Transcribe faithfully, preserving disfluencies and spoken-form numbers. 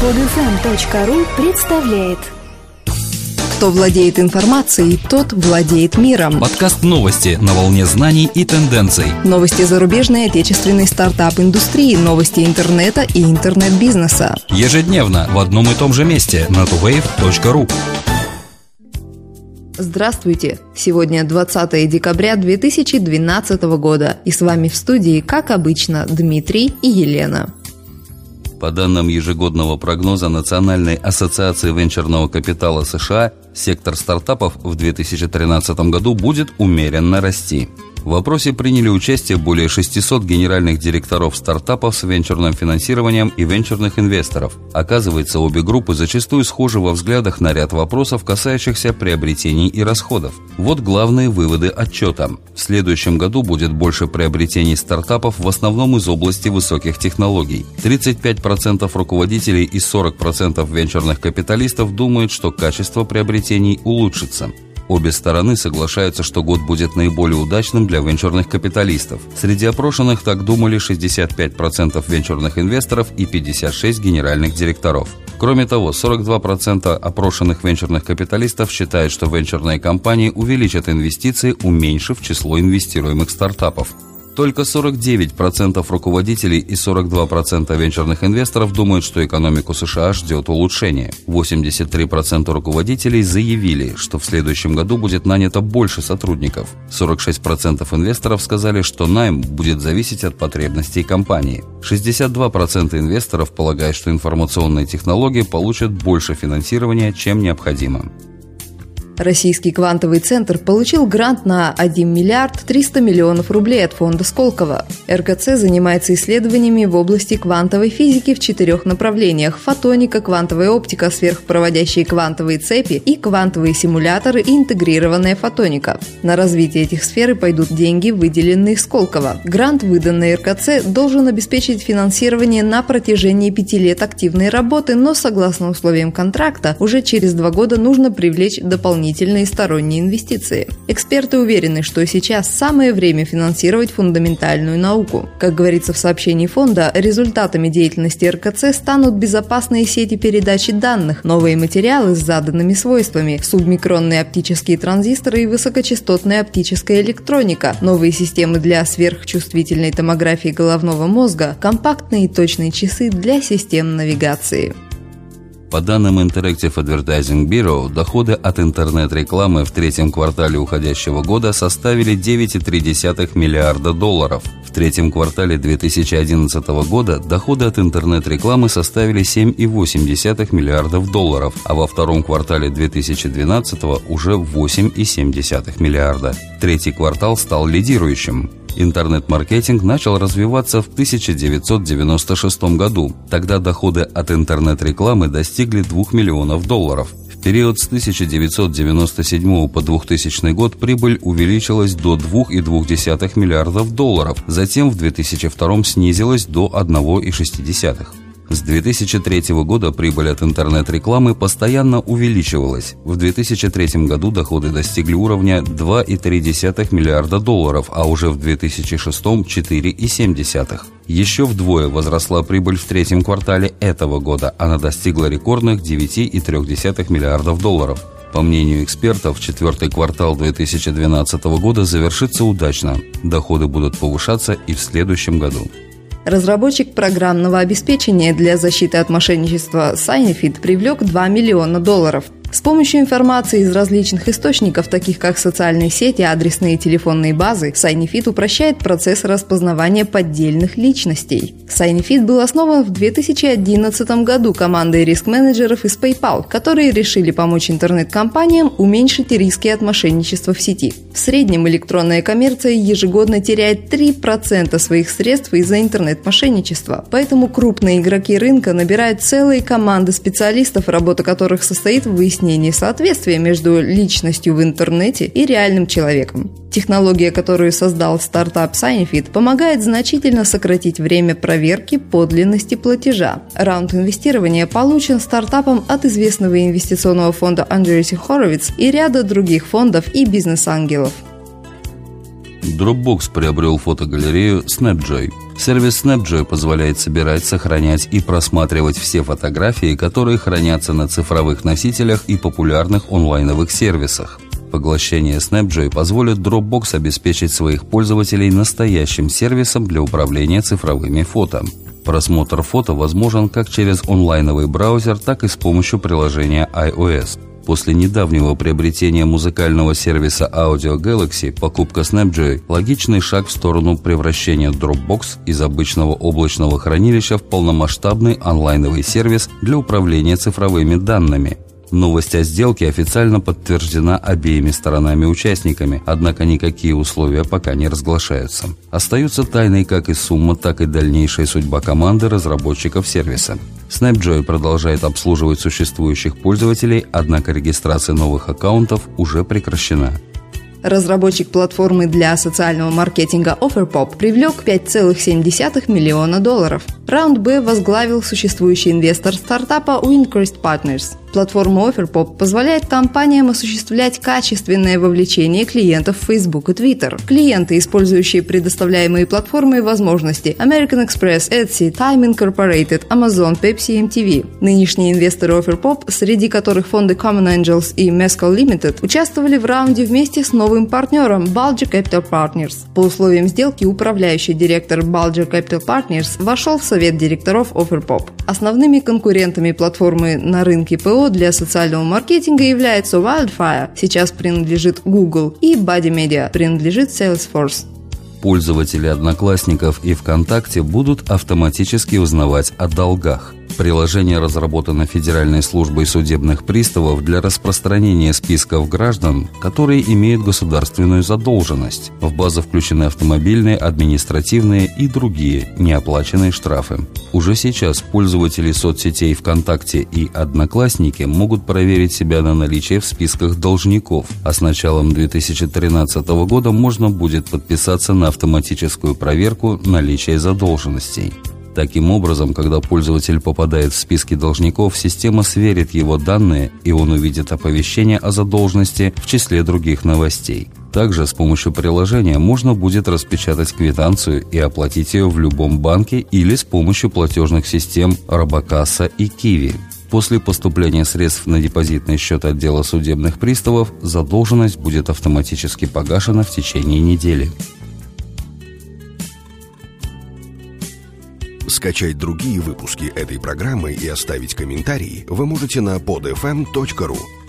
под эф эм точка ру представляет. Кто владеет информацией, тот владеет миром. Подкаст «Новости» на волне знаний и тенденций. Новости зарубежной и отечественной стартап-индустрии, новости интернета и интернет-бизнеса. Ежедневно в одном и том же месте на ту вейв точка ру. Здравствуйте! Сегодня двадцатое декабря две тысячи двенадцатого года, и с вами в студии, как обычно, Дмитрий и Елена. По данным ежегодного прогноза Национальной ассоциации венчурного капитала США, сектор стартапов в две тысячи тринадцатом году будет умеренно расти. В опросе приняли участие более шестисот генеральных директоров стартапов с венчурным финансированием и венчурных инвесторов. Оказывается, обе группы зачастую схожи во взглядах на ряд вопросов, касающихся приобретений и расходов. Вот главные выводы отчета. В следующем году будет больше приобретений стартапов, в основном из области высоких технологий. тридцать пять процентов руководителей и сорок процентов венчурных капиталистов думают, что качество приобретений улучшится. Обе стороны соглашаются, что год будет наиболее удачным для венчурных капиталистов. Среди опрошенных так думали шестьдесят пять процентов венчурных инвесторов и пятьдесят шесть процентов генеральных директоров. Кроме того, сорок два процента опрошенных венчурных капиталистов считают, что венчурные компании увеличат инвестиции, уменьшив число инвестируемых стартапов. Только сорок девять процентов руководителей и сорок два процента венчурных инвесторов думают, что экономику США ждет улучшение. восемьдесят три процента руководителей заявили, что в следующем году будет нанято больше сотрудников. сорок шесть процентов инвесторов сказали, что найм будет зависеть от потребностей компании. шестьдесят два процента инвесторов полагают, что информационные технологии получат больше финансирования, чем необходимо. Российский квантовый центр получил грант на один миллиард триста миллионов рублей от фонда Сколково. эр ка цэ занимается исследованиями в области квантовой физики в четырех направлениях: фотоника, квантовая оптика, сверхпроводящие квантовые цепи и квантовые симуляторы и интегрированная фотоника. На развитие этих сфер пойдут деньги, выделенные Сколково. Грант, выданный эр ка цэ, должен обеспечить финансирование на протяжении пяти лет активной работы, но согласно условиям контракта уже через два года нужно привлечь дополнительные сторонние инвестиции. Эксперты уверены, что сейчас самое время финансировать фундаментальную науку. Как говорится в сообщении фонда, результатами деятельности эр ка цэ станут безопасные сети передачи данных, новые материалы с заданными свойствами, субмикронные оптические транзисторы и высокочастотная оптическая электроника, новые системы для сверхчувствительной томографии головного мозга, компактные и точные часы для систем навигации. По данным Interactive Advertising Bureau, доходы от интернет-рекламы в третьем квартале уходящего года составили девять целых три десятых миллиарда долларов. В третьем квартале две тысячи одиннадцатого года доходы от интернет-рекламы составили семь целых восемь десятых миллиардов долларов, а во втором квартале две тысячи двенадцатого уже восемь целых семь десятых миллиарда. Третий квартал стал лидирующим. Интернет-маркетинг начал развиваться в тысяча девятьсот девяносто шестом году. Тогда доходы от интернет-рекламы достигли двух миллионов долларов. В период с тысяча девятьсот девяносто седьмого по двухтысячный год прибыль увеличилась до двух целых двух десятых миллиардов долларов, затем в две тысячи втором снизилась до одного целых шесть десятых. С две тысячи третьего года прибыль от интернет-рекламы постоянно увеличивалась. В две тысячи третьем году доходы достигли уровня два целых три десятых миллиарда долларов, а уже в две тысячи шестом – четыре целых семь десятых. Еще вдвое возросла прибыль в третьем квартале этого года. Она достигла рекордных девяти целых три десятых миллиардов долларов. По мнению экспертов, четвертый квартал две тысячи двенадцатого года завершится удачно. Доходы будут повышаться и в следующем году. Разработчик программного обеспечения для защиты от мошенничества Сайнифид привлек два миллиона долларов. С помощью информации из различных источников, таких как социальные сети, адресные и телефонные базы, Сайнифид упрощает процесс распознавания поддельных личностей. Сайнифид был основан в две тысячи одиннадцатом году командой риск-менеджеров из PayPal, которые решили помочь интернет-компаниям уменьшить риски от мошенничества в сети. В среднем электронная коммерция ежегодно теряет три процента своих средств из-за интернет-мошенничества, поэтому крупные игроки рынка набирают целые команды специалистов, работа которых состоит в выяснении соответствия между личностью в интернете и реальным человеком. Технология, которую создал стартап Сайнифид, помогает значительно сократить время проверки подлинности платежа. Раунд инвестирования получен стартапом от известного инвестиционного фонда Andreessen Horowitz и ряда других фондов и бизнес-ангелов. Dropbox приобрел фотогалерею Snapjoy. Сервис Snapjoy позволяет собирать, сохранять и просматривать все фотографии, которые хранятся на цифровых носителях и популярных онлайновых сервисах. Поглощение Snapjoy позволит Dropbox обеспечить своих пользователей настоящим сервисом для управления цифровыми фото. Просмотр фото возможен как через онлайновый браузер, так и с помощью приложения iOS. После недавнего приобретения музыкального сервиса Audio Galaxy, покупка Snapjoy – логичный шаг в сторону превращения Dropbox из обычного облачного хранилища в полномасштабный онлайновый сервис для управления цифровыми данными. Новость о сделке официально подтверждена обеими сторонами-участниками, однако никакие условия пока не разглашаются. Остаются тайной как и сумма, так и дальнейшая судьба команды разработчиков сервиса. Snapjoy продолжает обслуживать существующих пользователей, однако регистрация новых аккаунтов уже прекращена. Разработчик платформы для социального маркетинга OfferPop привлек пять целых семь десятых миллиона долларов. Раунд Б возглавил существующий инвестор стартапа Windcrest Partners. Платформа OfferPop позволяет компаниям осуществлять качественное вовлечение клиентов в Facebook и Twitter. Клиенты, использующие предоставляемые платформой возможности American Express, Etsy, Time Incorporated, Amazon, Pepsi и эм ти ви. Нынешние инвесторы OfferPop, среди которых фонды Common Angels и Mescal Limited, участвовали в раунде вместе с новым партнером Bulger Capital Partners. По условиям сделки управляющий директор Bulger Capital Partners вошел в совет директоров OfferPop. Основными конкурентами платформы на рынке ПО для социального маркетинга являются Wildfire, сейчас принадлежит Google, и Buddy Media, принадлежит Salesforce. Пользователи Одноклассников и ВКонтакте будут автоматически узнавать о долгах. Приложение разработано Федеральной службой судебных приставов для распространения списков граждан, которые имеют государственную задолженность. В базу включены автомобильные, административные и другие неоплаченные штрафы. Уже сейчас пользователи соцсетей ВКонтакте и Одноклассники могут проверить себя на наличие в списках должников, а с началом две тысячи тринадцатого года можно будет подписаться на автоматическую проверку наличия задолженностей. Таким образом, когда пользователь попадает в списки должников, система сверит его данные, и он увидит оповещение о задолженности в числе других новостей. Также с помощью приложения можно будет распечатать квитанцию и оплатить ее в любом банке или с помощью платежных систем Робокасса и Киви. После поступления средств на депозитный счет отдела судебных приставов задолженность будет автоматически погашена в течение недели. Скачать другие выпуски этой программы и оставить комментарии вы можете на под эф эм точка ру.